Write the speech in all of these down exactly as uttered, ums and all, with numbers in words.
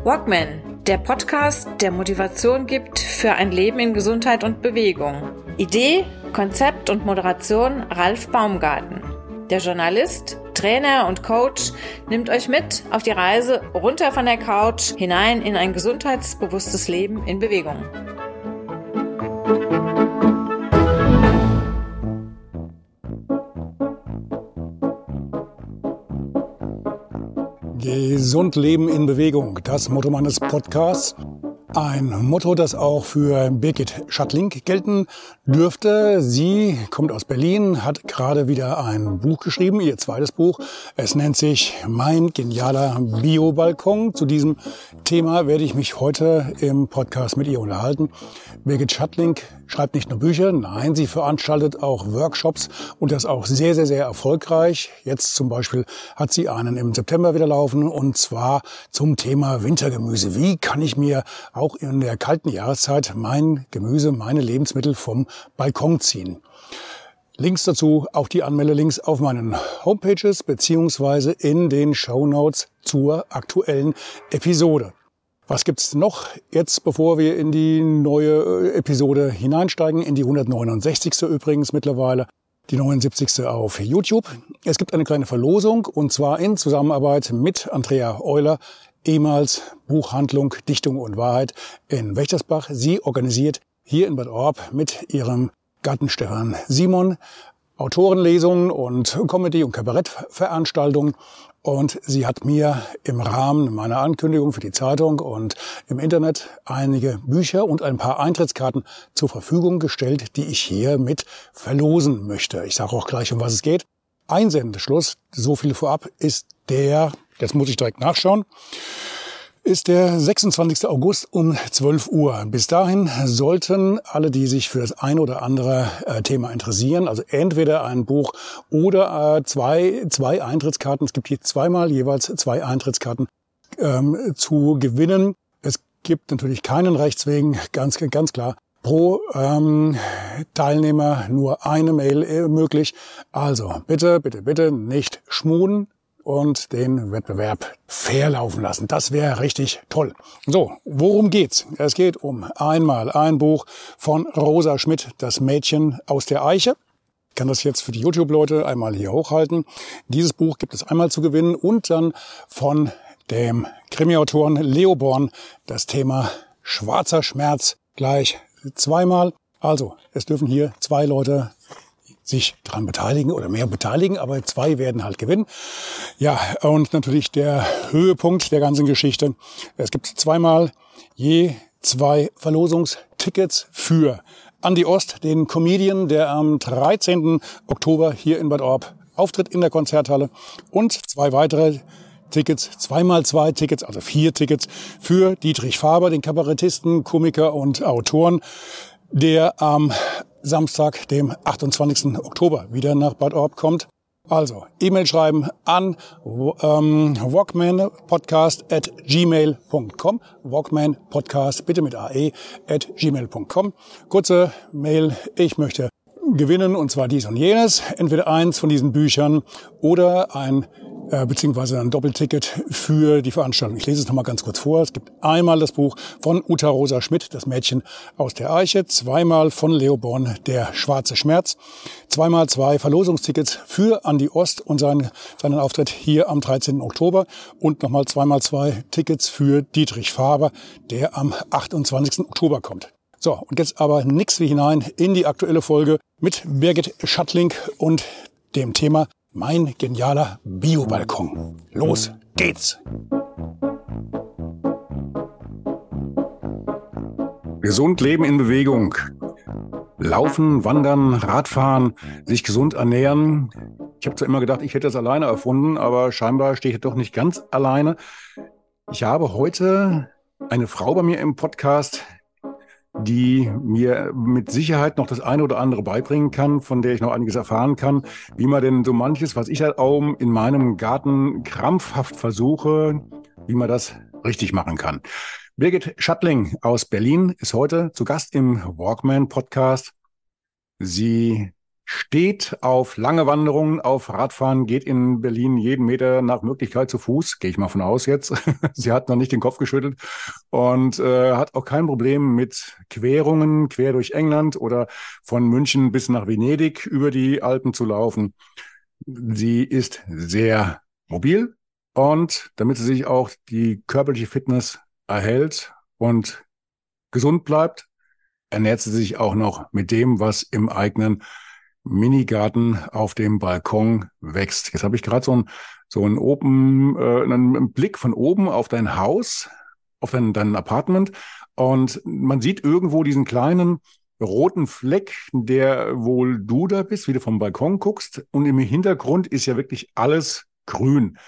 Walkman, der Podcast, der Motivation gibt für ein Leben in Gesundheit und Bewegung. Idee, Konzept und Moderation Ralf Baumgarten. Der Journalist, Trainer und Coach nimmt euch mit auf die Reise runter von der Couch hinein in ein gesundheitsbewusstes Leben in Bewegung. Gesund leben in Bewegung, das Motto meines Podcasts. Ein Motto, das auch für Birgit Schattling gelten dürfte. Sie kommt aus Berlin, hat gerade wieder ein Buch geschrieben, ihr zweites Buch. Es nennt sich Mein genialer Biobalkon. Zu diesem Thema werde ich mich heute im Podcast mit ihr unterhalten. Birgit Schattling schreibt nicht nur Bücher, nein, sie veranstaltet auch Workshops und das auch sehr, sehr, sehr erfolgreich. Jetzt zum Beispiel hat sie einen im September wieder laufen und zwar zum Thema Wintergemüse. Wie kann ich mir auch in der kalten Jahreszeit mein Gemüse, meine Lebensmittel vom Balkon ziehen? Links dazu, auch die Anmeldelinks auf meinen Homepages beziehungsweise in den Shownotes zur aktuellen Episode. Was gibt's noch jetzt, bevor wir in die neue Episode hineinsteigen, in die hundertneunundsechzigste übrigens mittlerweile, die neunundsiebzigste auf YouTube. Es gibt eine kleine Verlosung und zwar in Zusammenarbeit mit Andrea Euler, ehemals Buchhandlung Dichtung und Wahrheit in Wächtersbach. Sie organisiert hier in Bad Orb mit ihrem Gatten Stefan Simon Autorenlesungen und Comedy- und Kabarettveranstaltungen. Und sie hat mir im Rahmen meiner Ankündigung für die Zeitung und im Internet einige Bücher und ein paar Eintrittskarten zur Verfügung gestellt, die ich hier mit verlosen möchte. Ich sage auch gleich, um was es geht. Einsendeschluss, so viel vorab, ist der, jetzt muss ich direkt nachschauen, ist der sechsundzwanzigste August um zwölf Uhr. Bis dahin sollten alle, die sich für das ein oder andere äh, Thema interessieren, also entweder ein Buch oder äh, zwei, zwei Eintrittskarten, es gibt hier zweimal jeweils zwei Eintrittskarten ähm, zu gewinnen. Es gibt natürlich keinen Rechtswegen, ganz, ganz klar. Pro ähm, Teilnehmer nur eine Mail äh, möglich. Also bitte, bitte, bitte nicht schmuden und den Wettbewerb fair laufen lassen. Das wäre richtig toll. So, worum geht's? Es geht um einmal ein Buch von Rosa Schmidt, Das Mädchen aus der Eiche. Ich kann das jetzt für die YouTube-Leute einmal hier hochhalten. Dieses Buch gibt es einmal zu gewinnen und dann von dem Krimi-Autoren Leo Born das Thema Schwarzer Schmerz gleich zweimal. Also, es dürfen hier zwei Leute sich dran beteiligen oder mehr beteiligen, aber zwei werden halt gewinnen. Ja, und natürlich der Höhepunkt der ganzen Geschichte. Es gibt zweimal je zwei Verlosungstickets für Andi Ost, den Comedian, der am dreizehnten Oktober hier in Bad Orb auftritt in der Konzerthalle und zwei weitere Tickets, zweimal zwei Tickets, also vier Tickets für Dietrich Faber, den Kabarettisten, Komiker und Autoren, der am Samstag, dem achtundzwanzigsten Oktober, wieder nach Bad Orb kommt. Also, E-Mail schreiben an ähm, walkmanpodcast at gmail punkt com. Walkmanpodcast, bitte mit A E, at gmail punkt com. Kurze Mail, ich möchte gewinnen, und zwar dies und jenes. Entweder eins von diesen Büchern oder ein äh, beziehungsweise ein Doppelticket für die Veranstaltung. Ich lese es nochmal ganz kurz vor. Es gibt einmal das Buch von Uta Rosa Schmidt, Das Mädchen aus der Eiche, zweimal von Leo Born, Der schwarze Schmerz, zweimal zwei Verlosungstickets für Andi Ost und seinen, seinen Auftritt hier am dreizehnten Oktober und nochmal zweimal zwei Tickets für Dietrich Faber, der am achtundzwanzigsten Oktober kommt. So, und jetzt aber nix wie hinein in die aktuelle Folge mit Birgit Schattling und dem Thema Mein genialer Biobalkon. Los geht's! Gesund leben in Bewegung. Laufen, wandern, Radfahren, sich gesund ernähren. Ich habe zwar immer gedacht, ich hätte das alleine erfunden, aber scheinbar stehe ich doch nicht ganz alleine. Ich habe heute eine Frau bei mir im Podcast, die mir mit Sicherheit noch das eine oder andere beibringen kann, von der ich noch einiges erfahren kann, wie man denn so manches, was ich halt auch in meinem Garten krampfhaft versuche, wie man das richtig machen kann. Birgit Schattling aus Berlin ist heute zu Gast im Walkman Podcast. Sie steht auf lange Wanderungen, auf Radfahren, geht in Berlin jeden Meter nach Möglichkeit zu Fuß, gehe ich mal von aus jetzt. Sie hat noch nicht den Kopf geschüttelt und äh, hat auch kein Problem mit Querungen, quer durch England oder von München bis nach Venedig über die Alpen zu laufen. Sie ist sehr mobil und damit sie sich auch die körperliche Fitness erhält und gesund bleibt, ernährt sie sich auch noch mit dem, was im eigenen Minigarten auf dem Balkon wächst. Jetzt habe ich gerade so einen so einen oben, äh, einen Blick von oben auf dein Haus, auf dein, dein Apartment und man sieht irgendwo diesen kleinen roten Fleck, der wohl du da bist, wie du vom Balkon guckst und im Hintergrund ist ja wirklich alles grün.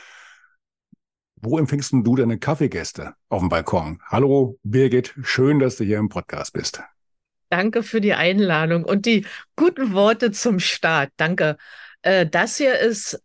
Wo empfängst denn du deine Kaffeegäste auf dem Balkon? Hallo Birgit, schön, dass du hier im Podcast bist. Danke für die Einladung und die guten Worte zum Start. Danke. Äh, das hier ist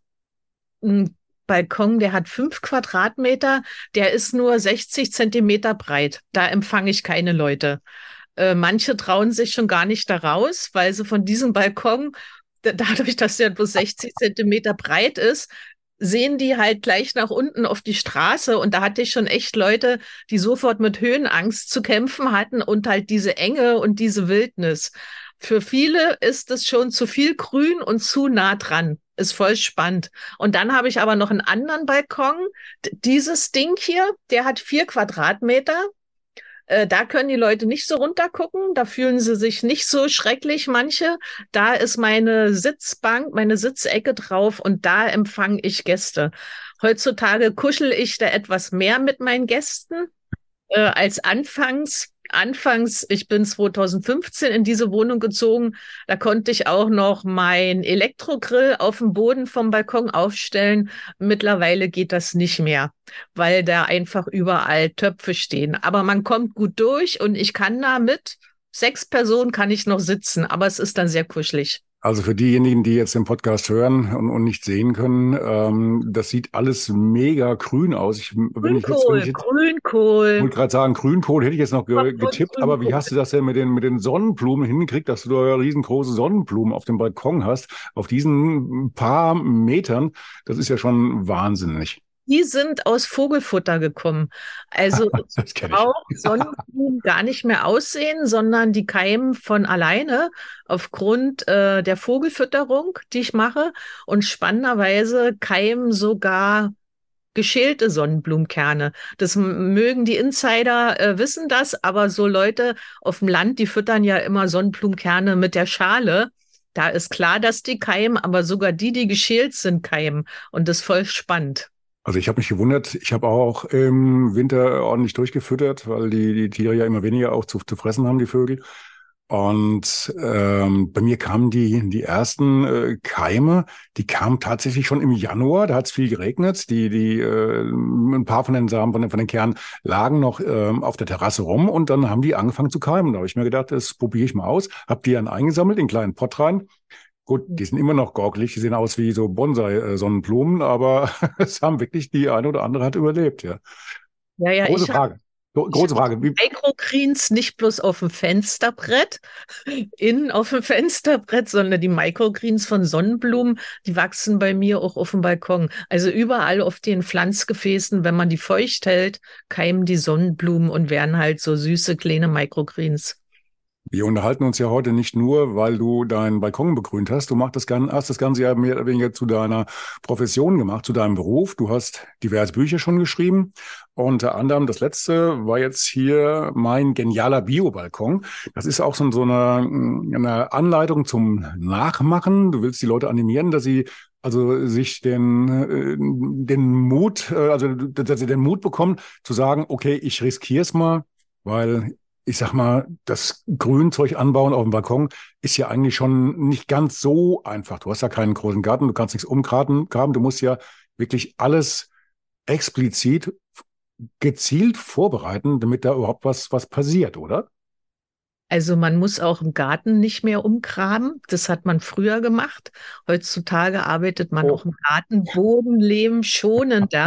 ein Balkon, der hat fünf Quadratmeter, der ist nur sechzig Zentimeter breit. Da empfange ich keine Leute. Äh, manche trauen sich schon gar nicht da raus, weil sie von diesem Balkon, da- dadurch, dass der bloß sechzig Zentimeter breit ist, sehen die halt gleich nach unten auf die Straße. Und da hatte ich schon echt Leute, die sofort mit Höhenangst zu kämpfen hatten und halt diese Enge und diese Wildnis. Für viele ist es schon zu viel Grün und zu nah dran. Ist voll spannend. Und dann habe ich aber noch einen anderen Balkon. D- Dieses Ding hier, der hat vier Quadratmeter. Äh, da können die Leute nicht so runtergucken, da fühlen sie sich nicht so schrecklich, manche. Da ist meine Sitzbank, meine Sitzecke drauf und da empfange ich Gäste. Heutzutage kuschel ich da etwas mehr mit meinen Gästen äh, als anfangs. Anfangs, ich bin zweitausendfünfzehn in diese Wohnung gezogen, da konnte ich auch noch mein Elektrogrill auf dem Boden vom Balkon aufstellen. Mittlerweile geht das nicht mehr, weil da einfach überall Töpfe stehen. Aber man kommt gut durch und ich kann da mit sechs Personen kann ich noch sitzen, aber es ist dann sehr kuschelig. Also für diejenigen, die jetzt den Podcast hören und, und nicht sehen können, ähm, das sieht alles mega grün aus. Ich, wenn ich jetzt, wenn ich Grünkohl, jetzt, ich Grünkohl, wollte gerade sagen, Grünkohl hätte ich jetzt noch ge Grünkohl, getippt, aber wie Grünkohl. hast du das denn mit den, mit den Sonnenblumen hingekriegt, dass du da riesengroße Sonnenblumen auf dem Balkon hast, auf diesen paar Metern? Das ist ja schon wahnsinnig. Die sind aus Vogelfutter gekommen. Also Das kenne ich. braucht Sonnenblumen gar nicht mehr aussehen, sondern die keimen von alleine aufgrund äh, der Vogelfütterung, die ich mache. Und spannenderweise keimen sogar geschälte Sonnenblumenkerne. Das m- mögen die Insider äh, wissen das, aber so Leute auf dem Land, die füttern ja immer Sonnenblumenkerne mit der Schale. Da ist klar, dass die keimen, aber sogar die, die geschält sind, keimen. Und das ist voll spannend. Also ich habe mich gewundert, ich habe auch im Winter ordentlich durchgefüttert, weil die, die Tiere ja immer weniger auch zu, zu fressen haben, die Vögel. Und ähm, bei mir kamen die, die ersten äh, Keime, die kamen tatsächlich schon im Januar, da hat es viel geregnet. Die, die, äh, ein paar von den Samen, von den, von den Kernen lagen noch ähm, auf der Terrasse rum und dann haben die angefangen zu keimen. Da habe ich mir gedacht, das probiere ich mal aus. Habe die dann eingesammelt in einen kleinen Pott rein. Gut, die sind immer noch gorkelig, die sehen aus wie so Bonsai-Sonnenblumen, aber es haben wirklich die eine oder andere hat überlebt, ja. Ja, ja, Große ich habe Frage. Gro- ich Große hab Frage. Wie, Microgreens nicht bloß auf dem Fensterbrett, innen auf dem Fensterbrett, sondern die Microgreens von Sonnenblumen, die wachsen bei mir auch auf dem Balkon. Also überall auf den Pflanzgefäßen, wenn man die feucht hält, keimen die Sonnenblumen und werden halt so süße kleine Microgreens. Wir unterhalten uns ja heute nicht nur, weil du deinen Balkon begrünt hast. Du machst das Ganze, hast das Ganze ja mehr oder weniger zu deiner Profession gemacht, zu deinem Beruf. Du hast diverse Bücher schon geschrieben. Unter anderem das letzte war jetzt hier mein genialer Bio-Balkon. Das ist auch so, so eine, eine Anleitung zum Nachmachen. Du willst die Leute animieren, dass sie also sich den, äh, den Mut, äh, also dass sie den Mut bekommen, zu sagen, okay, ich riskiere es mal, weil ich sag mal, das Grünzeug anbauen auf dem Balkon ist ja eigentlich schon nicht ganz so einfach. Du hast ja keinen großen Garten, du kannst nichts umgraben, graben. Du musst ja wirklich alles explizit gezielt vorbereiten, damit da überhaupt was, was passiert, oder? Also man muss auch im Garten nicht mehr umgraben. Das hat man früher gemacht. Heutzutage arbeitet man Oh, auch im Garten bodenlehm schonender.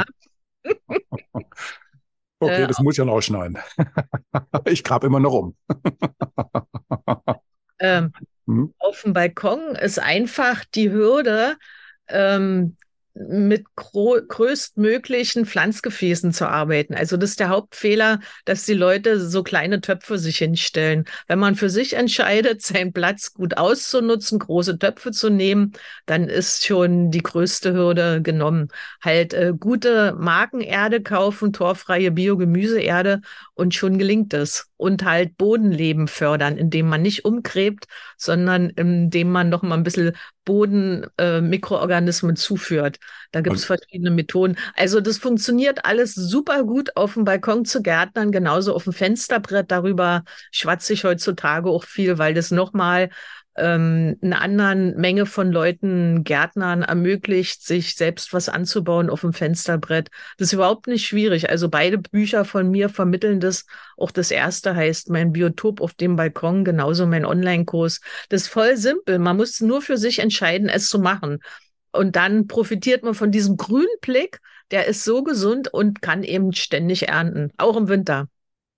okay, Äh, das muss ich ja noch schneiden. Ich grab immer noch um. ähm, Mhm. Auf dem Balkon ist einfach die Hürde, ähm, mit gro- größtmöglichen Pflanzgefäßen zu arbeiten. Also das ist der Hauptfehler, dass die Leute so kleine Töpfe sich hinstellen. Wenn man für sich entscheidet, seinen Platz gut auszunutzen, große Töpfe zu nehmen, dann ist schon die größte Hürde genommen. Halt äh, gute Markenerde kaufen, torfreie Biogemüseerde und schon gelingt es. Und halt Bodenleben fördern, indem man nicht umgräbt, sondern indem man noch mal ein bisschen Boden, äh, Mikroorganismen zuführt. Da gibt es Also, verschiedene Methoden. Also das funktioniert alles super gut auf dem Balkon zu gärtnern, genauso auf dem Fensterbrett. Darüber schwatze ich heutzutage auch viel, weil das nochmal ähm, eine anderen Menge von Leuten, Gärtnern ermöglicht, sich selbst was anzubauen auf dem Fensterbrett. Das ist überhaupt nicht schwierig. Also beide Bücher von mir vermitteln das. Auch das erste heißt mein Biotop auf dem Balkon, genauso mein Online-Kurs. Das ist voll simpel. Man muss nur für sich entscheiden, es zu machen. Und dann profitiert man von diesem grünen Blick, der ist so gesund und kann eben ständig ernten, auch im Winter.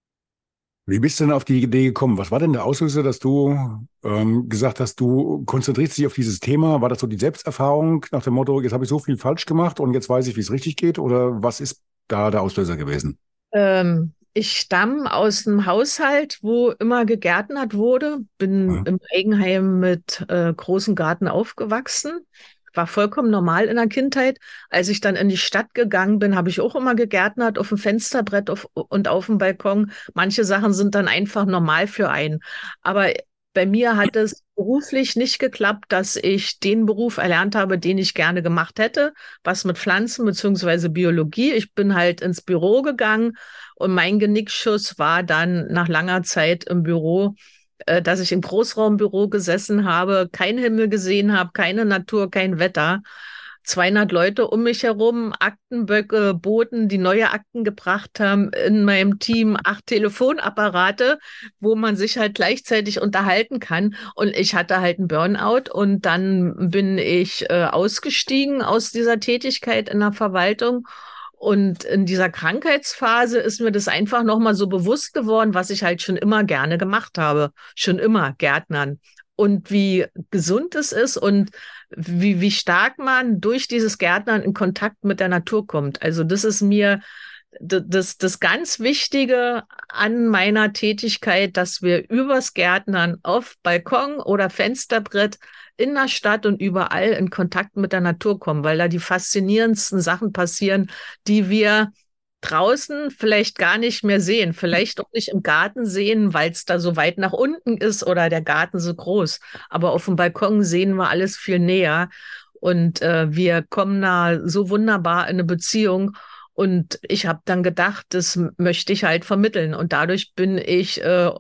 wie bist du denn auf die Idee gekommen? Was war denn der Auslöser, dass du ähm, gesagt hast, du konzentrierst dich auf dieses Thema? War das so die Selbsterfahrung nach dem Motto, jetzt habe ich so viel falsch gemacht und jetzt weiß ich, wie es richtig geht? Oder was ist da der Auslöser gewesen? Ähm, ich stamme aus einem Haushalt, wo immer gegärtnert wurde, bin Mhm. im Eigenheim mit äh, großem Garten aufgewachsen. War vollkommen normal in der Kindheit. Als ich dann in die Stadt gegangen bin, habe ich auch immer gegärtnert auf dem Fensterbrett auf, und auf dem Balkon. Manche Sachen sind dann einfach normal für einen. Aber bei mir hat es beruflich nicht geklappt, dass ich den Beruf erlernt habe, den ich gerne gemacht hätte, was mit Pflanzen beziehungsweise Biologie. Ich bin halt ins Büro gegangen und mein Genickschuss war dann nach langer Zeit im Büro, äh, dass ich im Großraumbüro gesessen habe, keinen Himmel gesehen habe, keine Natur, kein Wetter. zweihundert Leute um mich herum, Aktenböcke, Boten, die neue Akten gebracht haben, in meinem Team acht Telefonapparate, wo man sich halt gleichzeitig unterhalten kann. Und ich hatte halt einen Burnout und dann bin ich äh, ausgestiegen aus dieser Tätigkeit in der Verwaltung. Und in dieser Krankheitsphase ist mir das einfach nochmal so bewusst geworden, was ich halt schon immer gerne gemacht habe. Schon immer Gärtnern. Und wie gesund es ist und wie, wie stark man durch dieses Gärtnern in Kontakt mit der Natur kommt. Also das ist mir d- das, das ganz Wichtige an meiner Tätigkeit, dass wir übers Gärtnern auf Balkon oder Fensterbrett in der Stadt und überall in Kontakt mit der Natur kommen, weil da die faszinierendsten Sachen passieren, die wir draußen vielleicht gar nicht mehr sehen, vielleicht auch nicht im Garten sehen, weil es da so weit nach unten ist oder der Garten so groß. Aber auf dem Balkon sehen wir alles viel näher und äh, wir kommen da so wunderbar in eine Beziehung. Und ich habe dann gedacht, das m- möchte ich halt vermitteln. Und dadurch bin ich äh,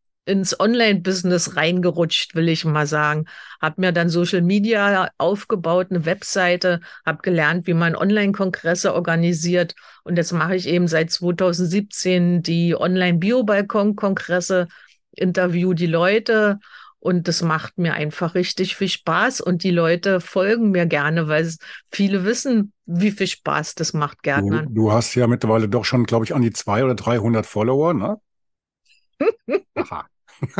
ins Online-Business reingerutscht, will ich mal sagen. Hab mir dann Social Media aufgebaut, eine Webseite, habe gelernt, wie man Online-Kongresse organisiert. Und jetzt mache ich eben seit zwanzig siebzehn die Online-Bio-Balkon-Kongresse, interview die Leute. Und das macht mir einfach richtig viel Spaß. Und die Leute folgen mir gerne, weil es- viele wissen, wie viel Spaß das macht, Du, Gärtnern. du hast ja mittlerweile doch schon, glaube ich, an die zweihundert oder dreihundert Follower, ne? Aha.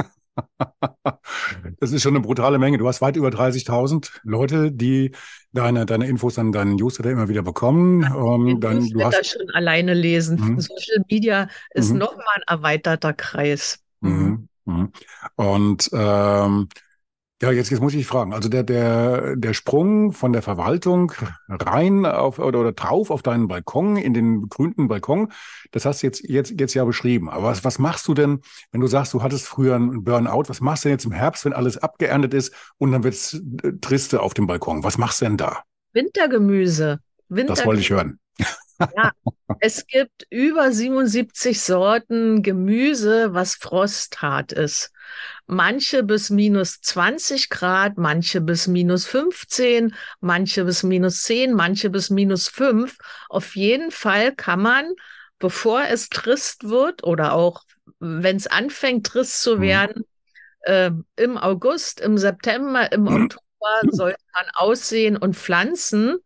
Das ist schon eine brutale Menge. Du hast weit über dreißigtausend Leute, die deine, deine Infos an deinen Newsletter immer wieder bekommen. Ähm, Den dann, du Newsletter hast, schon alleine lesen. mhm, Social Media ist mhm, nochmal ein erweiterter Kreis. Mhm. mhm, mhm. Und ähm, ja, jetzt, jetzt muss ich dich fragen. Also der, der, der Sprung von der Verwaltung rein auf oder, oder drauf auf deinen Balkon, in den begrünten Balkon, das hast du jetzt, jetzt, jetzt ja beschrieben. Aber was, was machst du denn, wenn du sagst, du hattest früher einen Burnout, was machst du denn jetzt im Herbst, wenn alles abgeerntet ist und dann wird's äh, triste auf dem Balkon? Was machst du denn da? Wintergemüse. Das wollte ich Wintergemüse. hören. Ja, es gibt über siebenundsiebzig Sorten Gemüse, was frosthart ist. Manche bis minus zwanzig Grad, manche bis minus fünfzehn, manche bis minus zehn, manche bis minus fünf. Auf jeden Fall kann man, bevor es trist wird oder auch wenn es anfängt, trist zu Mhm. werden, äh, im August, im September, im Oktober sollte man aussehen und pflanzen,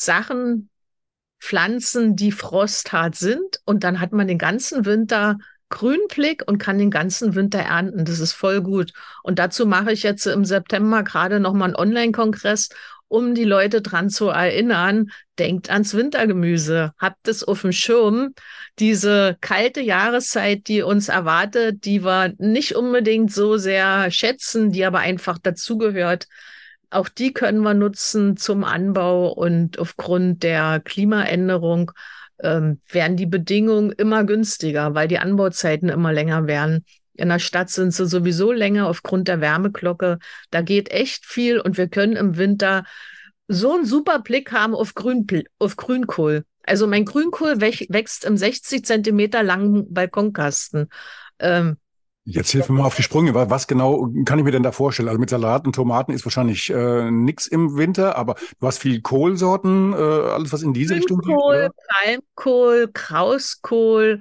Sachen pflanzen, die frosthart sind. Und dann hat man den ganzen Winter Grünblick und kann den ganzen Winter ernten. Das ist voll gut. Und dazu mache ich jetzt im September gerade nochmal einen Online-Kongress, um die Leute dran zu erinnern, denkt ans Wintergemüse, habt es auf dem Schirm. Diese kalte Jahreszeit, die uns erwartet, die wir nicht unbedingt so sehr schätzen, die aber einfach dazugehört. Auch die können wir nutzen zum Anbau, und aufgrund der Klimaänderung ähm, werden die Bedingungen immer günstiger, weil die Anbauzeiten immer länger werden. In der Stadt sind sie sowieso länger aufgrund der Wärmeglocke. Da geht echt viel, und wir können im Winter so einen super Blick haben auf, Grün, auf Grünkohl. Also mein Grünkohl wächst im sechzig Zentimeter langen Balkonkasten. Ähm, Jetzt hilf mir mal auf die Sprünge. Was genau kann ich mir denn da vorstellen? Also mit Salaten, Tomaten ist wahrscheinlich äh, nix im Winter, aber du hast viel Kohlsorten, äh, alles was in diese Richtung geht, Grünkohl, oder? Palmkohl, Krauskohl,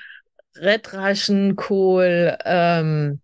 Redraschenkohl, ähm,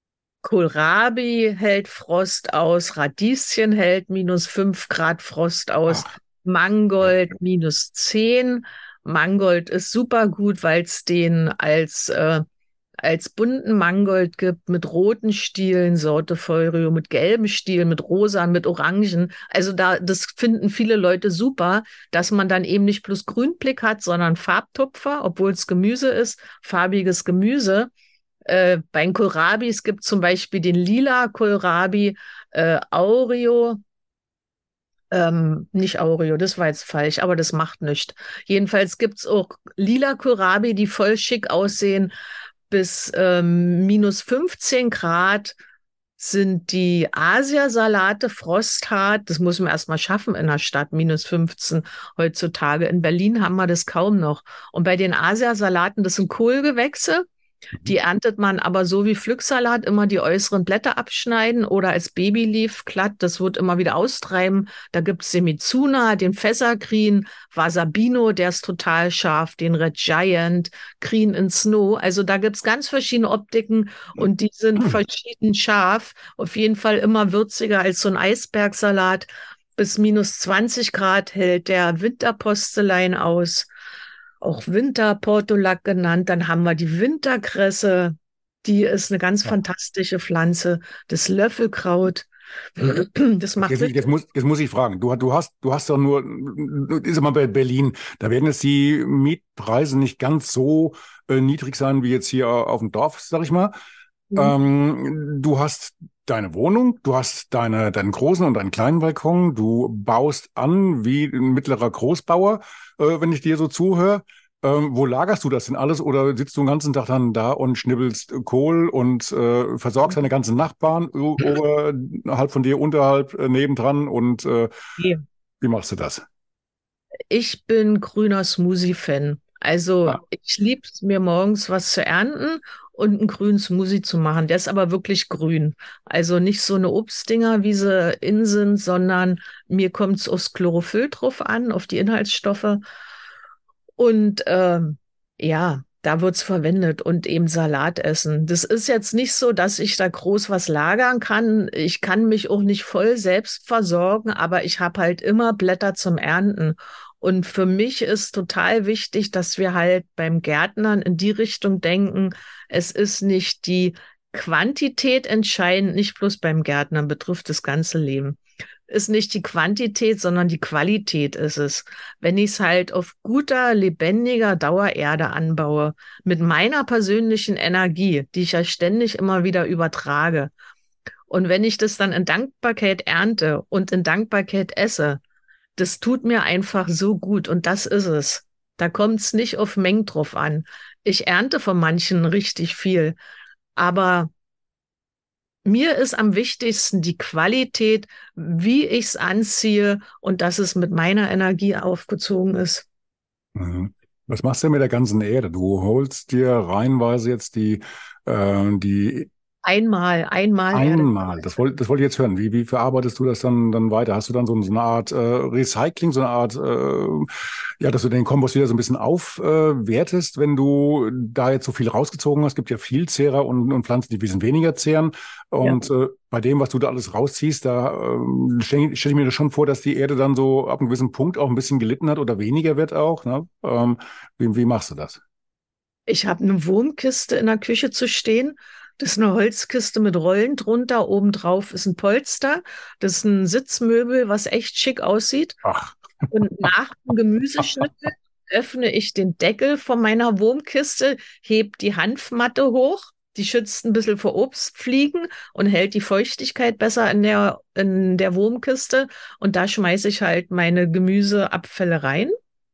Kohlrabi hält Frost aus, Radieschen hält minus fünf Grad Frost aus, Ach, Mangold minus zehn. Mangold ist super gut, weil es den als, äh, als bunten Mangold gibt, mit roten Stielen, Sorte Feurio, mit gelben Stielen, mit rosa, mit orangen. Also da, das finden viele Leute super, dass man dann eben nicht bloß Grünblick hat, sondern Farbtupfer, obwohl es Gemüse ist, farbiges Gemüse. Äh, bei den Kohlrabis gibt es zum Beispiel den lila Kohlrabi, äh, Aureo, ähm, nicht Aureo, das war jetzt falsch, aber das macht nichts. Jedenfalls gibt es auch lila Kohlrabi, die voll schick aussehen. Bis ähm, minus fünfzehn Grad sind die Asiasalate frosthart. Das muss man erstmal schaffen in der Stadt, minus fünfzehn heutzutage. In Berlin haben wir das kaum noch. Und bei den Asiasalaten, das sind Kohlgewächse. Die erntet man aber so wie Pflücksalat, immer die äußeren Blätter abschneiden oder als Babyleaf glatt. Das wird immer wieder austreiben. Da gibt es den Mizuna, den Fässergreen, Wasabino, der ist total scharf, den Red Giant, Green in Snow. Also da gibt es ganz verschiedene Optiken, und die sind verschieden scharf. Auf jeden Fall immer würziger als so ein Eisbergsalat. Bis minus zwanzig Grad hält der Winterpostelein aus, auch Winterportulak genannt. Dann haben wir die Winterkresse, die ist eine ganz ja. fantastische Pflanze. Das Löffelkraut, das macht Jetzt, wirklich. jetzt, muss, jetzt muss ich fragen, du, du hast, du hast doch nur, ist immer bei Berlin, da werden jetzt die Mietpreise nicht ganz so äh, niedrig sein wie jetzt hier auf dem Dorf, sag ich mal. Ähm, du hast deine Wohnung, du hast deine, deinen großen und deinen kleinen Balkon, du baust an wie ein mittlerer Großbauer, äh, wenn ich dir so zuhöre. Ähm, wo lagerst du das denn alles, oder sitzt du den ganzen Tag dann da und schnibbelst Kohl und äh, versorgst deine ganzen Nachbarn o- oberhalb von dir, unterhalb, äh, nebendran, und äh, Nee. wie machst du das? Ich bin grüner Smoothie-Fan. Also Ah, ich liebe es, mir morgens was zu ernten und einen grünen Smoothie zu machen. Der ist aber wirklich grün. Also nicht so eine Obstdinger, wie sie in sind, sondern mir kommt es aufs Chlorophyll drauf an, auf die Inhaltsstoffe. Und ähm, ja, da wird's verwendet, und eben Salat essen. Das ist jetzt nicht so, dass ich da groß was lagern kann. Ich kann mich auch nicht voll selbst versorgen, aber ich habe halt immer Blätter zum Ernten. Und für mich ist total wichtig, dass wir halt beim Gärtnern in die Richtung denken. Es ist nicht die Quantität entscheidend, nicht bloß beim Gärtnern, betrifft das ganze Leben. Ist nicht die Quantität, sondern die Qualität ist es. Wenn ich es halt auf guter, lebendiger Dauererde anbaue, mit meiner persönlichen Energie, die ich ja ständig immer wieder übertrage. Und wenn ich das dann in Dankbarkeit ernte und in Dankbarkeit esse, das tut mir einfach so gut, und das ist es. Da kommt es nicht auf Mengen drauf an. Ich ernte von manchen richtig viel, aber mir ist am wichtigsten die Qualität, wie ich es anziehe, und dass es mit meiner Energie aufgezogen ist. mhm. Was machst du denn mit der ganzen Erde? Du holst dir reihenweise jetzt die, äh, die Einmal, einmal Erde. einmal, das wollte das wollte ich jetzt hören. Wie, wie verarbeitest du das dann, dann weiter? Hast du dann so, so eine Art äh, Recycling, so eine Art, äh, ja, dass du den Kompost wieder so ein bisschen aufwertest, wenn du da jetzt so viel rausgezogen hast? Es gibt ja viel Zehrer und, und Pflanzen, die ein bisschen weniger zehren. Ja. Und äh, bei dem, was du da alles rausziehst, da äh, stelle stell ich mir das schon vor, dass die Erde dann so ab einem gewissen Punkt auch ein bisschen gelitten hat oder weniger wird auch. Ne? Ähm, wie, wie machst du das? Ich habe eine Wurmkiste in der Küche zu stehen. Das ist eine Holzkiste mit Rollen drunter. Obendrauf ist ein Polster. Das ist ein Sitzmöbel, was echt schick aussieht. Ach, Und nach dem Gemüseschnippel öffne ich den Deckel von meiner Wurmkiste, heb die Hanfmatte hoch. Die schützt ein bisschen vor Obstfliegen und hält die Feuchtigkeit besser in der, in der Wurmkiste. Und da schmeiße ich halt meine Gemüseabfälle rein.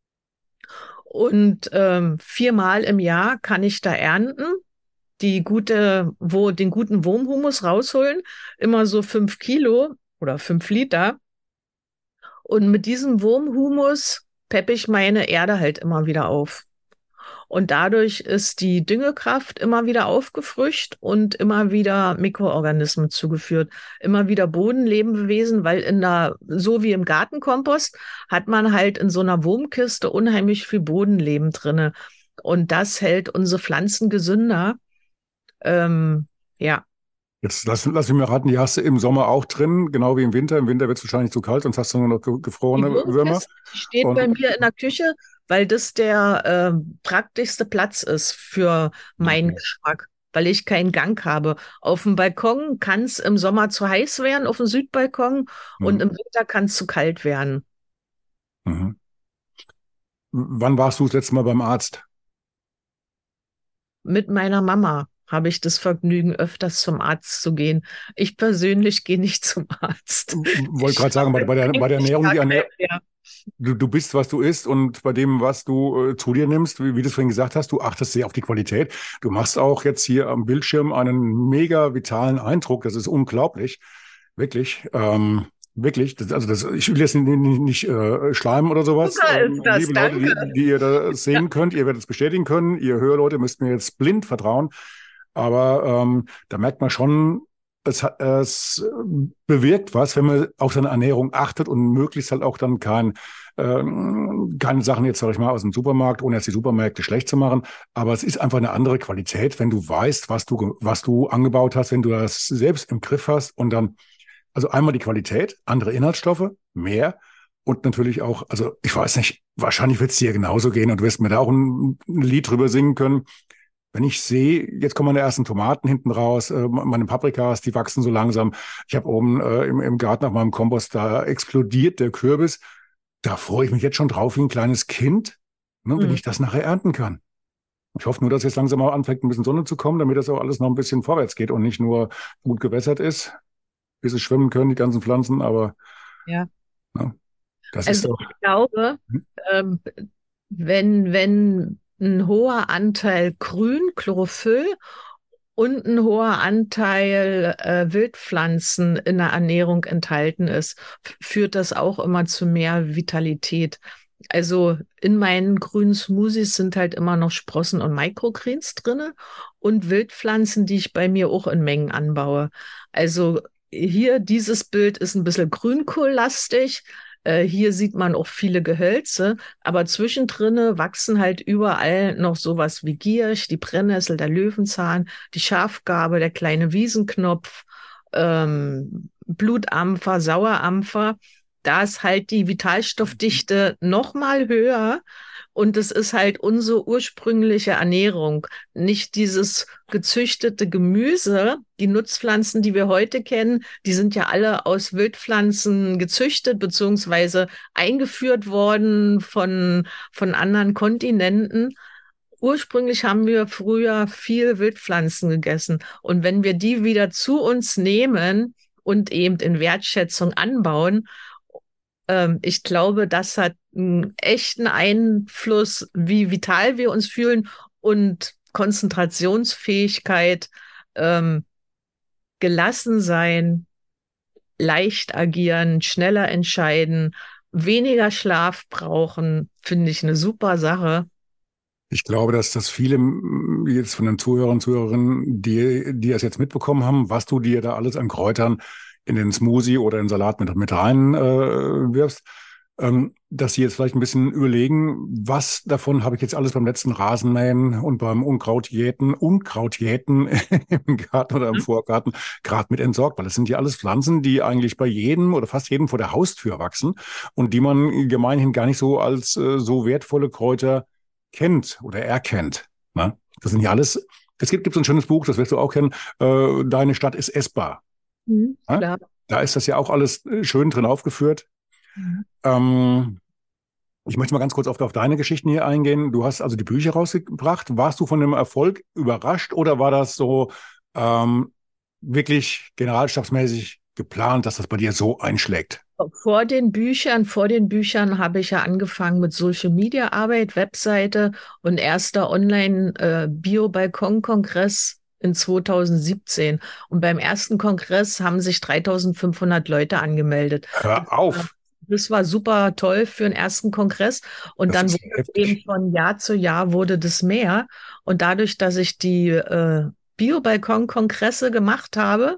Und ähm, viermal im Jahr kann ich da ernten, die gute, wo den guten Wurmhumus rausholen, immer so fünf Kilo oder fünf Liter. Und mit diesem Wurmhumus peppe ich meine Erde halt immer wieder auf. Und dadurch ist die Düngekraft immer wieder aufgefrischt und immer wieder Mikroorganismen zugeführt, immer wieder Bodenlebewesen, weil in der, so wie im Gartenkompost, hat man halt in so einer Wurmkiste unheimlich viel Bodenleben drinne. Und das hält unsere Pflanzen gesünder. Ähm, ja. jetzt lass, lass mich mal raten, die hast du im Sommer auch drin, genau wie im Winter. Im Winter wird es wahrscheinlich zu kalt, sonst hast du nur noch ge- Die gefrorene Würmer. Wurmkiste steht bei Und mir in der Küche, weil das der äh, praktischste Platz ist für meinen okay. Geschmack, weil ich keinen Gang habe. Auf dem Balkon kann es im Sommer zu heiß werden, auf dem Südbalkon, und Mhm. im Winter kann es zu kalt werden. Mhm. Wann warst du das letzte Mal beim Arzt? Mit meiner Mama habe ich das Vergnügen, öfters zum Arzt zu gehen. Ich persönlich gehe nicht zum Arzt. Wollte Ich gerade sagen, bei, habe bei der, bei der eigentlich Ernährung, gar die Ernähr keinen mehr. du, du bist, was du isst und bei dem, was du äh, zu dir nimmst, wie, wie du es vorhin gesagt hast, du achtest sehr auf die Qualität. Du machst auch jetzt hier am Bildschirm einen mega vitalen Eindruck. Das ist unglaublich. Wirklich. Ähm, wirklich. Das, also das, ich will jetzt nicht, nicht, nicht äh, schleimen oder sowas. Super ist Ähm, das, liebe Leute, danke. die, die ihr da Ja. sehen könnt, ihr werdet es bestätigen können. Ihr Hörleute müsst mir jetzt blind vertrauen. Aber ähm, da merkt man schon, es, hat, es bewirkt was, wenn man auf seine Ernährung achtet und möglichst halt auch dann kein, ähm, keine Sachen jetzt, sag ich mal, aus dem Supermarkt, ohne jetzt die Supermärkte schlecht zu machen. Aber es ist einfach eine andere Qualität, wenn du weißt, was du, ge- was du angebaut hast, wenn du das selbst im Griff hast und dann, also einmal die Qualität, andere Inhaltsstoffe, mehr. Und natürlich auch, also ich weiß nicht, wahrscheinlich wird es dir genauso gehen und du wirst mir da auch ein, ein Lied drüber singen können. Wenn ich sehe, jetzt kommen meine ersten Tomaten hinten raus, äh, meine Paprikas, die wachsen so langsam. Ich habe oben äh, im, im Garten auf meinem Kompost, da explodiert der Kürbis. Da freue ich mich jetzt schon drauf wie ein kleines Kind, ne, wenn Hm. ich das nachher ernten kann. Ich hoffe nur, dass jetzt langsam mal anfängt, ein bisschen Sonne zu kommen, damit das auch alles noch ein bisschen vorwärts geht und nicht nur gut gewässert ist, bis sie schwimmen können, die ganzen Pflanzen. Aber Ja. ne, das ist Also doch. ich glaube, Hm? ähm, wenn, wenn ein hoher Anteil Grün, Chlorophyll und ein hoher Anteil äh, Wildpflanzen in der Ernährung enthalten ist, f- führt das auch immer zu mehr Vitalität. Also in meinen grünen Smoothies sind halt immer noch Sprossen und Microgreens drinne und Wildpflanzen, die ich bei mir auch in Mengen anbaue. Also hier dieses Bild ist ein bisschen grünkohllastig. Äh, hier sieht man auch viele Gehölze, aber zwischendrin wachsen halt überall noch sowas wie Giersch, die Brennnessel, der Löwenzahn, die Schafgarbe, der kleine Wiesenknopf, ähm, Blutampfer, Sauerampfer. Da ist halt die Vitalstoffdichte noch mal höher und es ist halt unsere ursprüngliche Ernährung, nicht dieses gezüchtete Gemüse. Die Nutzpflanzen, die wir heute kennen, die sind ja alle aus Wildpflanzen gezüchtet beziehungsweise eingeführt worden von, von anderen Kontinenten. Ursprünglich haben wir früher viel Wildpflanzen gegessen. Und wenn wir die wieder zu uns nehmen und eben in Wertschätzung anbauen, ähm, ich glaube, das hat einen echten Einfluss, wie vital wir uns fühlen und Konzentrationsfähigkeit, ähm, gelassen sein, leicht agieren, schneller entscheiden, weniger Schlaf brauchen, finde ich eine super Sache. Ich glaube, dass das viele m, jetzt von den Zuhörern und Zuhörerinnen, die, die das jetzt mitbekommen haben, was du dir da alles an Kräutern in den Smoothie oder in den Salat mit, mit rein äh, wirfst, ähm, dass sie jetzt vielleicht ein bisschen überlegen, was davon habe ich jetzt alles beim letzten Rasenmähen und beim Unkrautjäten, Unkrautjäten im Garten oder im Vorgarten gerade mit entsorgt, weil das sind ja alles Pflanzen, die eigentlich bei jedem oder fast jedem vor der Haustür wachsen und die man gemeinhin gar nicht so als äh, so wertvolle Kräuter kennt oder erkennt. Ne? Das sind ja alles, es gibt, gibt so ein schönes Buch, das wirst du auch kennen, äh, Deine Stadt ist essbar. Mhm, Ja? klar. Da ist das ja auch alles äh, schön drin aufgeführt. Mhm. Ähm, Ich möchte mal ganz kurz auf, auf deine Geschichten hier eingehen. Du hast also die Bücher rausgebracht. Warst du von dem Erfolg überrascht oder war das so ähm, wirklich generalstabsmäßig geplant, dass das bei dir so einschlägt? Vor den Büchern, vor den Büchern habe ich ja angefangen mit Social Media Arbeit, Webseite und erster Online äh, Bio-Balkon-Kongress in zweitausendsiebzehn. Und beim ersten Kongress haben sich dreitausendfünfhundert Leute angemeldet. Das Hör war, auf, das war super toll für den ersten Kongress. Und das dann ist wurde es eben heftig. von Jahr zu Jahr wurde das mehr. Und dadurch, dass ich die äh, Bio-Balkon-Kongresse gemacht habe,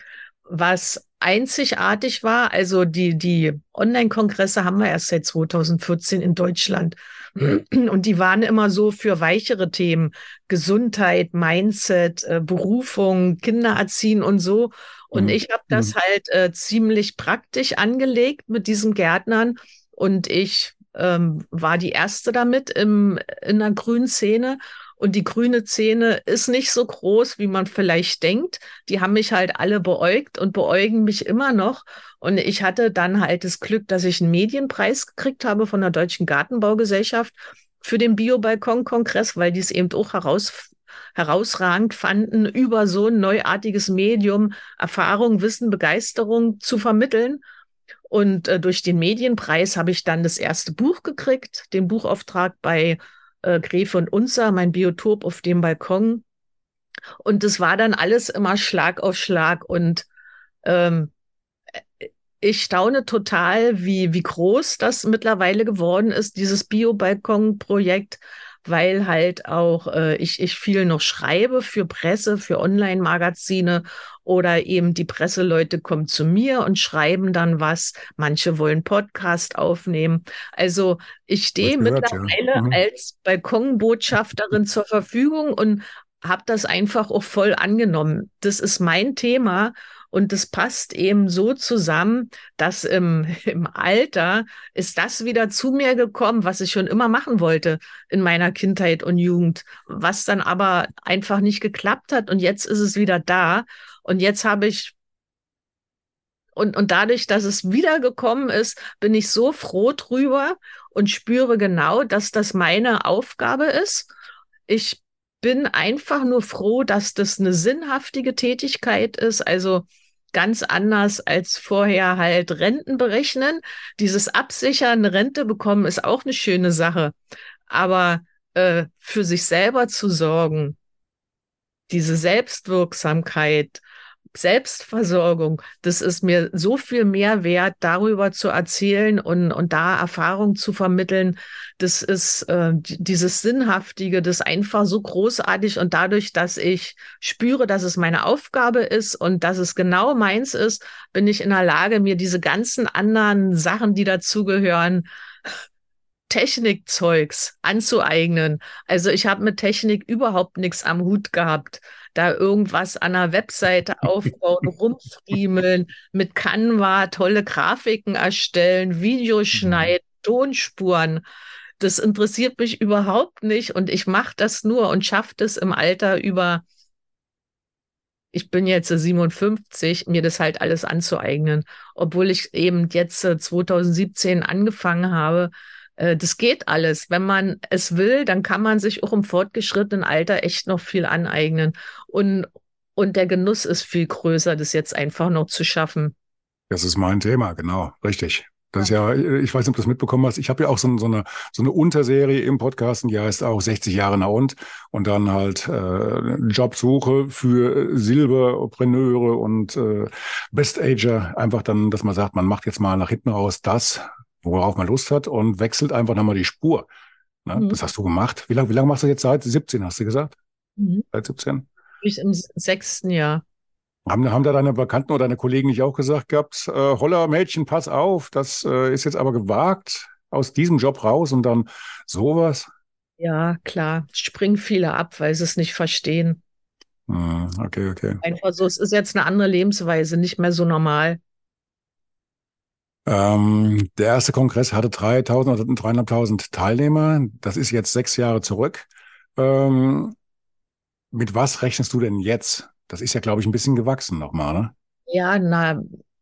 was einzigartig war, also die, die Online-Kongresse haben wir erst seit zweitausendvierzehn in Deutschland. Und die waren immer so für weichere Themen, Gesundheit, Mindset, äh, Berufung, Kinder erziehen und so. Und Mhm. ich habe das Mhm. halt äh, ziemlich praktisch angelegt mit diesen Gärtnern. Und ich ähm, war die Erste damit im, in der grünen Szene. Und die grüne Szene ist nicht so groß, wie man vielleicht denkt. Die haben mich halt alle beäugt und beäugen mich immer noch. Und ich hatte dann halt das Glück, dass ich einen Medienpreis gekriegt habe von der Deutschen Gartenbaugesellschaft für den Bio-Balkon-Kongress, weil die es eben auch heraus, herausragend fanden, über so ein neuartiges Medium Erfahrung, Wissen, Begeisterung zu vermitteln. Und äh, durch den Medienpreis habe ich dann das erste Buch gekriegt, den Buchauftrag bei äh, Gräfe und Unzer, mein Biotop auf dem Balkon. Und das war dann alles immer Schlag auf Schlag. Und ähm, ich staune total, wie, wie groß das mittlerweile geworden ist, dieses Bio-Balkon-Projekt, weil halt auch äh, ich, ich viel noch schreibe für Presse, für Online-Magazine oder eben die Presseleute kommen zu mir und schreiben dann was. Manche wollen Podcast aufnehmen. Also ich Hab stehe ich gehört, ja. mittlerweile Mhm. als Balkonbotschafterin zur Verfügung und habe das einfach auch voll angenommen. Das ist mein Thema. Und das passt eben so zusammen, dass im, im Alter ist das wieder zu mir gekommen, was ich schon immer machen wollte in meiner Kindheit und Jugend, was dann aber einfach nicht geklappt hat. Und jetzt ist es wieder da. Und jetzt habe ich, und, und dadurch, dass es wiedergekommen ist, bin ich so froh drüber und spüre genau, dass das meine Aufgabe ist. Ich bin einfach nur froh, dass das eine sinnhaftige Tätigkeit ist. Also ganz anders als vorher halt Renten berechnen. Dieses Absichern, eine Rente bekommen, ist auch eine schöne Sache. Aber äh, für sich selber zu sorgen, diese Selbstwirksamkeit, Selbstversorgung, das ist mir so viel mehr wert, darüber zu erzählen und, und da Erfahrung zu vermitteln. Das ist äh, dieses Sinnhaftige, das ist einfach so großartig. Und dadurch, dass ich spüre, dass es meine Aufgabe ist und dass es genau meins ist, bin ich in der Lage, mir diese ganzen anderen Sachen, die dazugehören, Technikzeugs anzueignen. Also ich habe mit Technik überhaupt nichts am Hut gehabt. Da irgendwas an einer Webseite aufbauen, rumfriemeln, mit Canva tolle Grafiken erstellen, Videos Mhm. schneiden, Tonspuren. Das interessiert mich überhaupt nicht und ich mache das nur und schaffe das im Alter über, ich bin jetzt siebenundfünfzig, mir das halt alles anzueignen. Obwohl ich eben jetzt äh, zweitausendsiebzehn angefangen habe. Äh, das geht alles. Wenn man es will, dann kann man sich auch im fortgeschrittenen Alter echt noch viel aneignen. Und, und der Genuss ist viel größer, das jetzt einfach noch zu schaffen. Das ist mein Thema, genau, richtig. Das ist ja, ich weiß nicht, ob du das mitbekommen hast. Ich habe ja auch so, so eine so eine Unterserie im Podcasten, die heißt auch sechzig Jahre na und und dann halt äh, Jobsuche für Silberpreneure und äh, Best-Ager. Einfach dann, dass man sagt, man macht jetzt mal nach hinten raus das, worauf man Lust hat und wechselt einfach nochmal die Spur. Ne? Mhm. Das hast du gemacht. Wie lange, wie lange machst du jetzt seit siebzehn, hast du gesagt? Mhm. Seit siebzehn? Ich im sechsten Jahr. Haben, haben da deine Bekannten oder deine Kollegen nicht auch gesagt gehabt, äh, Holla, Mädchen, pass auf, das äh, ist jetzt aber gewagt, aus diesem Job raus und dann sowas? Ja, klar. Springen viele ab, weil sie es nicht verstehen. Hm, okay, okay. Einfach so, es ist jetzt eine andere Lebensweise, nicht mehr so normal. Ähm, der erste Kongress hatte dreitausend oder dreieinhalbtausend Teilnehmer. Das ist jetzt sechs Jahre zurück. Ähm, Mit was rechnest du denn jetzt? Das ist ja, glaube ich, ein bisschen gewachsen nochmal, ne? Ja, na,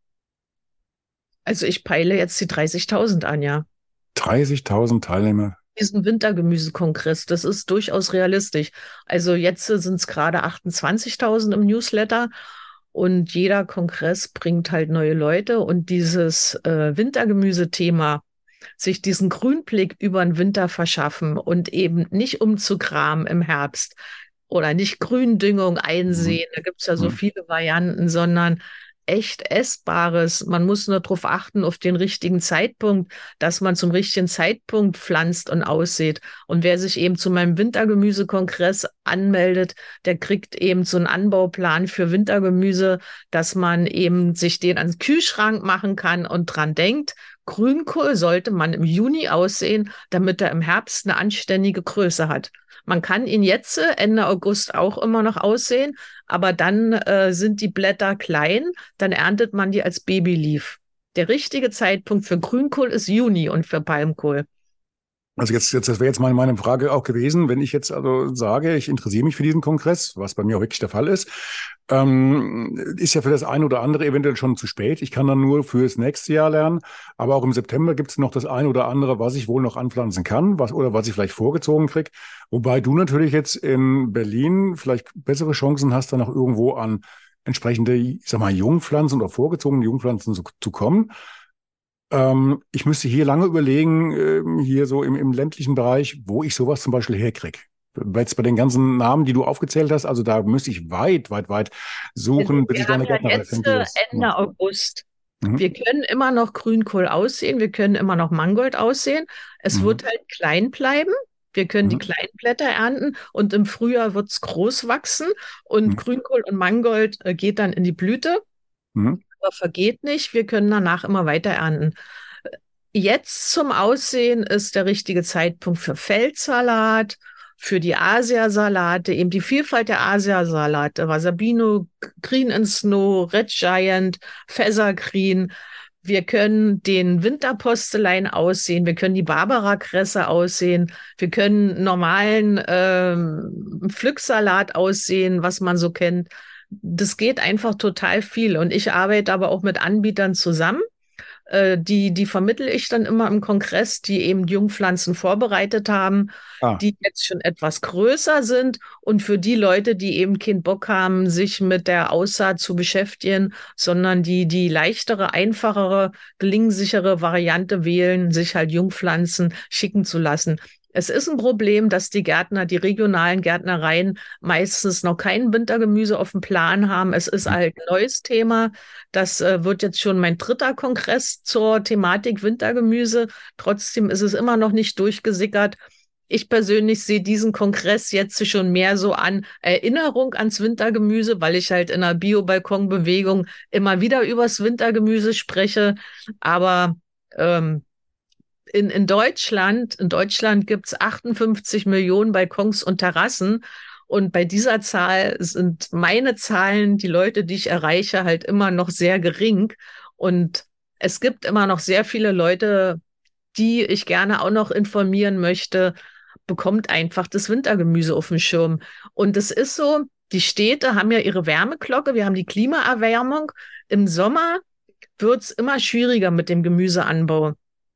also ich peile jetzt die dreißigtausend an, ja. dreißigtausend Teilnehmer. Diesen Wintergemüsekongress, das ist durchaus realistisch. Also jetzt sind es gerade achtundzwanzigtausend im Newsletter und jeder Kongress bringt halt neue Leute und dieses äh, Wintergemüsethema, sich diesen Grünblick über den Winter verschaffen und eben nicht umzugraben im Herbst oder nicht Gründüngung Mhm. einsehen, da gibt es ja so Mhm. viele Varianten, sondern echt Essbares. Man muss nur darauf achten, auf den richtigen Zeitpunkt, dass man zum richtigen Zeitpunkt pflanzt und aussät. Und wer sich eben zu meinem Wintergemüsekongress anmeldet, der kriegt eben so einen Anbauplan für Wintergemüse, dass man eben sich den ans Kühlschrank machen kann und dran denkt, Grünkohl sollte man im Juni aussehen, damit er im Herbst eine anständige Größe hat. Man kann ihn jetzt äh, Ende August auch immer noch aussehen, aber dann äh, sind die Blätter klein, dann erntet man die als Babyleaf. Der richtige Zeitpunkt für Grünkohl ist Juni und für Palmkohl. Also jetzt, jetzt, das wäre jetzt meine, meine Frage auch gewesen, wenn ich jetzt also sage, ich interessiere mich für diesen Kongress, was bei mir auch wirklich der Fall ist, ähm, ist ja für das eine oder andere eventuell schon zu spät. Ich kann dann nur fürs nächste Jahr lernen, aber auch im September gibt es noch das eine oder andere, was ich wohl noch anpflanzen kann, was oder was ich vielleicht vorgezogen kriege. Wobei du natürlich jetzt in Berlin vielleicht bessere Chancen hast, dann auch irgendwo an entsprechende, ich sag mal, Jungpflanzen oder vorgezogene Jungpflanzen zu, zu kommen. Ähm, ich müsste hier lange überlegen, ähm, hier so im, im ländlichen Bereich, wo ich sowas zum Beispiel herkriege. Jetzt bei den ganzen Namen, die du aufgezählt hast, also da müsste ich weit, weit, weit Also suchen, bis ich wir da haben eine ja Gärtnerei jetzt finde, die äh, das Ende macht. August. Mhm. Wir können immer noch Grünkohl aussehen, wir können immer noch Mangold aussehen. Es Mhm. wird halt klein bleiben. Wir können die Mhm. kleinen Blätter ernten und im Frühjahr wird es groß wachsen und Mhm. Grünkohl und Mangold äh, geht dann in die Blüte, Mhm. aber vergeht nicht. Wir können danach immer weiter ernten. Jetzt zum Aussehen ist der richtige Zeitpunkt für Feldsalat, für die Asiasalate, eben die Vielfalt der Asiasalate, Wasabino, Green and Snow, Red Giant, Feather Green. Wir können den Winterpostelein aussehen, wir können die Barbara-Kresse aussehen, wir können normalen ähm, Pflücksalat aussehen, was man so kennt. Das geht einfach total viel. Und ich arbeite aber auch mit Anbietern zusammen. Äh, die, die vermittle ich dann immer im Kongress, die eben Jungpflanzen vorbereitet haben, Ah, die jetzt schon etwas größer sind und für die Leute, die eben keinen Bock haben, sich mit der Aussaat zu beschäftigen, sondern die die leichtere, einfachere, gelingensichere Variante wählen, sich halt Jungpflanzen schicken zu lassen. Es ist ein Problem, dass die Gärtner, die regionalen Gärtnereien meistens noch kein Wintergemüse auf dem Plan haben. Es ist halt ein neues Thema. Das äh, wird jetzt schon mein dritter Kongress zur Thematik Wintergemüse. Trotzdem ist es immer noch nicht durchgesickert. Ich persönlich sehe diesen Kongress jetzt schon mehr so an Erinnerung ans Wintergemüse, weil ich halt in der Bio-Balkon-Bewegung immer wieder übers Wintergemüse spreche. Aber ähm, in, in Deutschland, in Deutschland gibt es achtundfünfzig Millionen Balkons und Terrassen. Und bei dieser Zahl sind meine Zahlen, die Leute, die ich erreiche, halt immer noch sehr gering. Und es gibt immer noch sehr viele Leute, die ich gerne auch noch informieren möchte, bekommt einfach das Wintergemüse auf den Schirm. Und es ist so, die Städte haben ja ihre Wärmeglocke, wir haben die Klimaerwärmung. Im Sommer wird es immer schwieriger mit dem Gemüseanbau.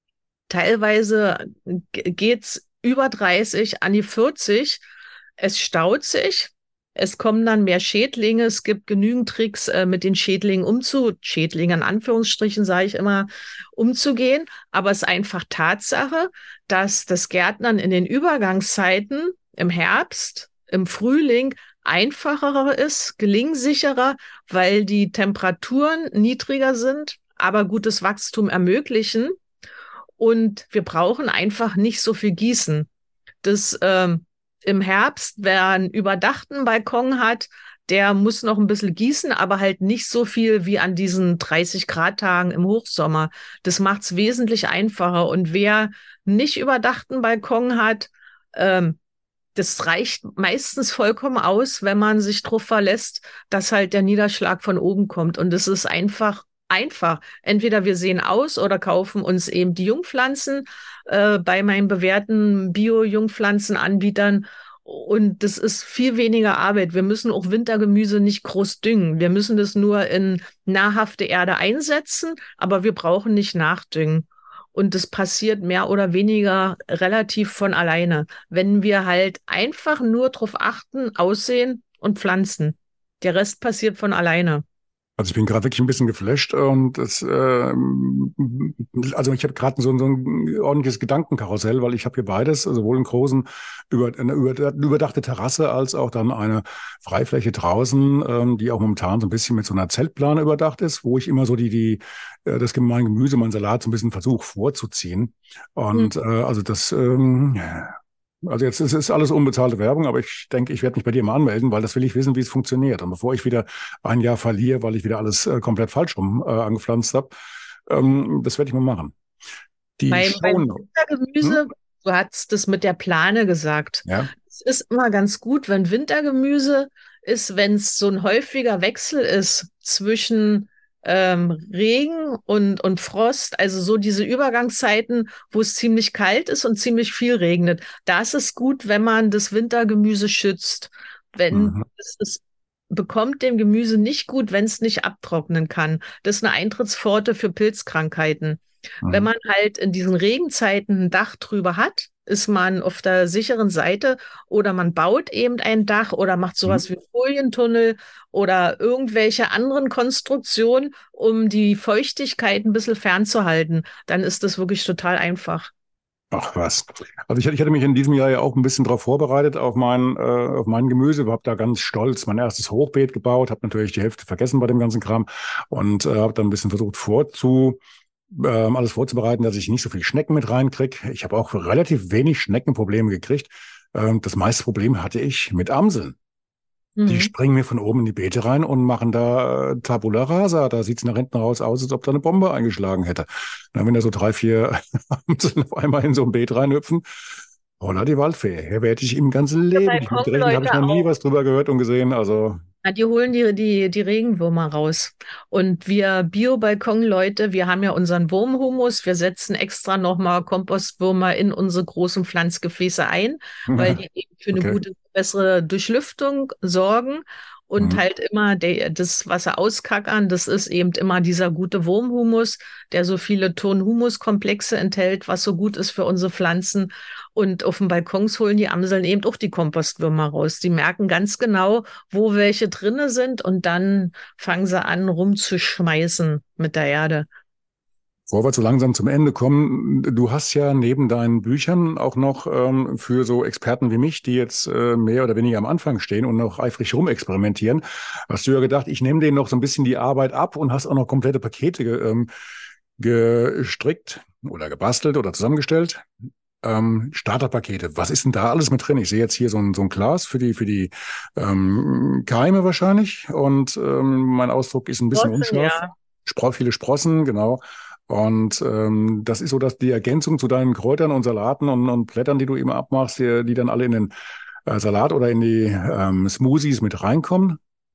Teilweise geht's über dreißig an die vierzig. Es staut sich. Es kommen dann mehr Schädlinge. Es gibt genügend Tricks, äh, mit den Schädlingen umzu, Schädlingen in Anführungsstrichen sage ich immer, umzugehen. Aber es ist einfach Tatsache, dass das Gärtnern in den Übergangszeiten im Herbst, im Frühling einfacher ist, gelingsicherer, weil die Temperaturen niedriger sind, aber gutes Wachstum ermöglichen. Und wir brauchen einfach nicht so viel Gießen. Das ähm, im Herbst, wer einen überdachten Balkon hat, der muss noch ein bisschen gießen, aber halt nicht so viel wie an diesen dreißig Grad Tagen im Hochsommer. Das macht es wesentlich einfacher. Und wer nicht überdachten Balkon hat, ähm, das reicht meistens vollkommen aus, wenn man sich darauf verlässt, dass halt der Niederschlag von oben kommt. Und es ist einfach einfach. Entweder wir sehen aus oder kaufen uns eben die Jungpflanzen äh, bei meinen bewährten Bio-Jungpflanzenanbietern Und das ist viel weniger Arbeit. Wir müssen auch Wintergemüse nicht groß düngen. Wir müssen das nur in nahrhafte Erde einsetzen, aber wir brauchen nicht nachdüngen. Und das passiert mehr oder weniger relativ von alleine, wenn wir halt einfach nur darauf achten, aussehen und pflanzen. Der Rest passiert von alleine. Also ich bin gerade wirklich ein bisschen geflasht und das, ähm, also ich habe gerade so, ein- so ein ordentliches Gedankenkarussell, weil ich habe hier beides, sowohl einen großen über, eine über- überdachte Terrasse als auch dann eine Freifläche draußen, ähm, die auch momentan so ein bisschen mit so einer Zeltplane überdacht ist, wo ich immer so die, die, äh, das mein Gemüse, mein Salat so ein bisschen versuche vorzuziehen. Hm. Und äh, also das, ähm, also jetzt ist es alles unbezahlte Werbung, aber ich denke, ich werde mich bei dir mal anmelden, weil das will ich wissen, wie es funktioniert. Und bevor ich wieder ein Jahr verliere, weil ich wieder alles äh, komplett falsch rum äh, angepflanzt habe, ähm, das werde ich mal machen. Die Beim, beim Shownotes. Hm? Wintergemüse, du hast das mit der Plane gesagt. Ja. Es ist immer ganz gut, wenn Wintergemüse ist, wenn es so ein häufiger Wechsel ist zwischen ähm, Regen und, und Frost, also so diese Übergangszeiten, wo es ziemlich kalt ist und ziemlich viel regnet. Da ist es gut, wenn man das Wintergemüse schützt. Wenn Mhm. es, es bekommt dem Gemüse nicht gut, wenn es nicht abtrocknen kann. Das ist eine Eintrittspforte für Pilzkrankheiten. Wenn Mhm. man halt in diesen Regenzeiten ein Dach drüber hat, ist man auf der sicheren Seite oder man baut eben ein Dach oder macht Mhm. sowas wie Folientunnel oder irgendwelche anderen Konstruktionen, um die Feuchtigkeit ein bisschen fernzuhalten. Dann ist das wirklich total einfach. Ach was. Also ich, ich hatte mich in diesem Jahr ja auch ein bisschen darauf vorbereitet, auf mein, äh, auf mein Gemüse, habe da ganz stolz mein erstes Hochbeet gebaut, habe natürlich die Hälfte vergessen bei dem ganzen Kram und äh, habe dann ein bisschen versucht vorzu, ähm, alles vorzubereiten, dass ich nicht so viel Schnecken mit reinkriege. Ich habe auch relativ wenig Schneckenprobleme gekriegt. Ähm, das meiste Problem hatte ich mit Amseln. Die Mhm. springen mir von oben in die Beete rein und machen da äh, Tabula Rasa. Da sieht's nach hinten raus aus, als ob da eine Bombe eingeschlagen hätte. Dann, wenn da so drei, vier Amseln auf einmal in so ein Beet reinhüpfen, holla die Waldfee. Hier werde ich im ganzen Der Leben nicht mitgerechnet, habe ich Balkonleute noch nie auch. was drüber gehört und gesehen. Also, Na, die holen die, die, die Regenwürmer raus. Und wir Bio-Balkon-Leute, wir haben ja unseren Wurmhumus. Wir setzen extra nochmal Kompostwürmer in unsere großen Pflanzgefäße ein, weil die eben für eine okay. gute, bessere Durchlüftung sorgen und Mhm. halt immer der, das Wasser auskackern. Das ist eben immer dieser gute Wurmhumus, der so viele Ton-Humus-Komplexe enthält, was so gut ist für unsere Pflanzen. Und auf den Balkons holen die Amseln eben auch die Kompostwürmer raus. Die merken ganz genau, wo welche drinne sind und dann fangen sie an, rumzuschmeißen mit der Erde. Bevor wir so langsam zum Ende kommen, du hast ja neben deinen Büchern auch noch ähm, für so Experten wie mich, die jetzt äh, mehr oder weniger am Anfang stehen und noch eifrig rumexperimentieren, hast du ja gedacht, ich nehme denen noch so ein bisschen die Arbeit ab und hast auch noch komplette Pakete ge ähm, gestrickt oder gebastelt oder zusammengestellt. Ähm, Starterpakete, was ist denn da alles mit drin? Ich sehe jetzt hier so ein, so ein Glas für die, für die ähm, Keime wahrscheinlich und ähm, mein Ausdruck ist ein bisschen Sprossen, unscharf. ja. Spro viele Sprossen, genau. Und ähm, das ist so, dass die Ergänzung zu deinen Kräutern und Salaten und, und Blättern, die du immer abmachst, die, die dann alle in den äh, Salat oder in die ähm, Smoothies mit reinkommen.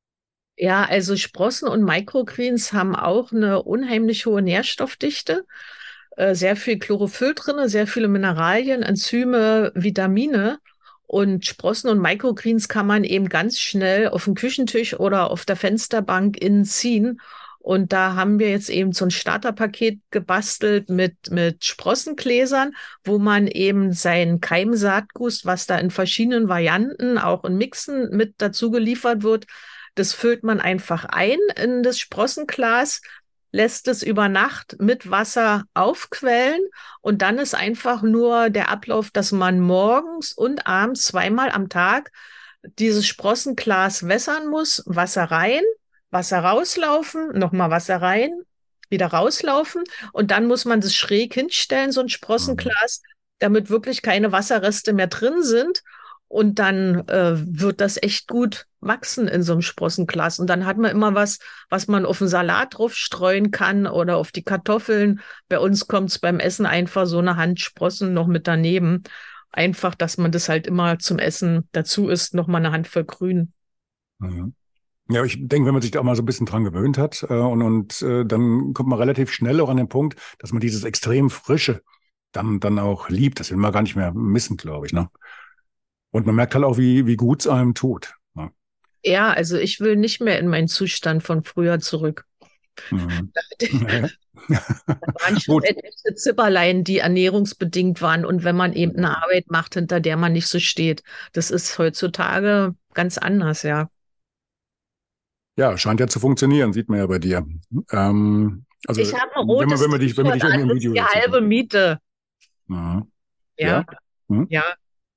Ja, also Sprossen und Microgreens haben auch eine unheimlich hohe Nährstoffdichte. Äh, sehr viel Chlorophyll drinne, sehr viele Mineralien, Enzyme, Vitamine. Und Sprossen und Microgreens kann man eben ganz schnell auf dem Küchentisch oder auf der Fensterbank innen ziehen. Und da haben wir jetzt eben so ein Starterpaket gebastelt mit, mit Sprossengläsern, wo man eben sein Keimsaatgut, was da in verschiedenen Varianten, auch in Mixen mit dazu geliefert wird, das füllt man einfach ein in das Sprossenglas, lässt es über Nacht mit Wasser aufquellen und dann ist einfach nur der Ablauf, dass man morgens und abends zweimal am Tag dieses Sprossenglas wässern muss, Wasser rein, Wasser rauslaufen, nochmal Wasser rein, wieder rauslaufen und dann muss man das schräg hinstellen, so ein Mhm. Sprossenglas, damit wirklich keine Wasserreste mehr drin sind. Und dann äh, wird das echt gut wachsen in so einem Sprossenglas. Und dann hat man immer was, was man auf den Salat drauf streuen kann oder auf die Kartoffeln. Bei uns kommt es beim Essen einfach so eine Hand Sprossen noch mit daneben. Einfach, dass man das halt immer zum Essen dazu isst, noch mal eine Handvoll Grün. Mhm. Ja, ich denke, wenn man sich da auch mal so ein bisschen dran gewöhnt hat äh, und, und äh, dann kommt man relativ schnell auch an den Punkt, dass man dieses extrem Frische dann, dann auch liebt. Das will man gar nicht mehr missen, glaube ich, ne? Und man merkt halt auch, wie, wie gut es einem tut. Ja. Ja, also ich will nicht mehr in meinen Zustand von früher zurück. Mhm. Da waren schon etliche Zipperlein, die ernährungsbedingt waren. Und wenn man eben eine Arbeit macht, hinter der man nicht so steht, das ist heutzutage ganz anders, ja. Ja, scheint ja zu funktionieren, sieht man ja bei dir. Ähm, also Ich habe ein wenn man, rotes wenn man dich, wenn man dich T-Shirt irgendwie im an, das Video ist die dazu halbe sieht. Miete. Mhm. Ja, Ja. Hm? ja.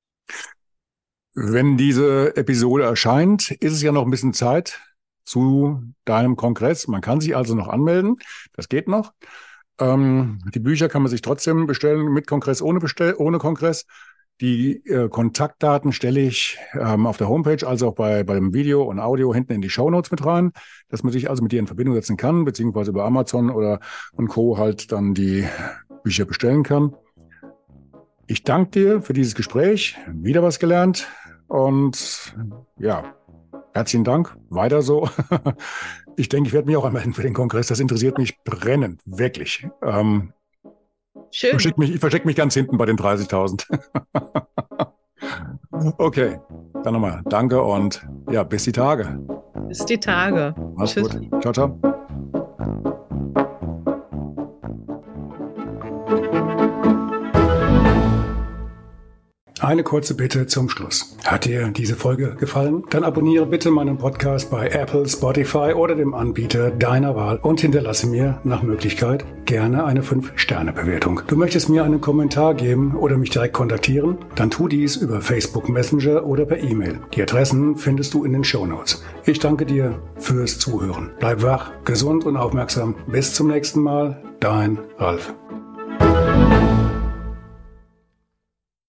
Wenn diese Episode erscheint, ist es ja noch ein bisschen Zeit zu deinem Kongress. Man kann sich also noch anmelden. Das geht noch. Ähm, die Bücher kann man sich trotzdem bestellen, mit Kongress, ohne, bestell ohne Kongress. Die äh, Kontaktdaten stelle ich ähm, auf der Homepage, also auch bei, bei dem Video und Audio hinten in die Shownotes mit rein, dass man sich also mit dir in Verbindung setzen kann, beziehungsweise über Amazon oder und Co. halt dann die Bücher bestellen kann. Ich danke dir für dieses Gespräch, wieder was gelernt und ja, herzlichen Dank, weiter so. Ich denke, ich werde mich auch anmelden für den Kongress, das interessiert mich brennend, wirklich. Ähm, Schön. Versteck mich, ich verstecke mich ganz hinten bei den dreißigtausend. Okay, dann nochmal danke und ja, bis die Tage. Bis die Tage. Mach's Tschüss. gut. Ciao, ciao. Eine kurze Bitte zum Schluss. Hat dir diese Folge gefallen? Dann abonniere bitte meinen Podcast bei Apple, Spotify oder dem Anbieter deiner Wahl und hinterlasse mir nach Möglichkeit gerne eine fünf Sterne Bewertung. Du möchtest mir einen Kommentar geben oder mich direkt kontaktieren? Dann tu dies über Facebook Messenger oder per E-Mail. Die Adressen findest du in den Shownotes. Ich danke dir fürs Zuhören. Bleib wach, gesund und aufmerksam. Bis zum nächsten Mal. Dein Ralf.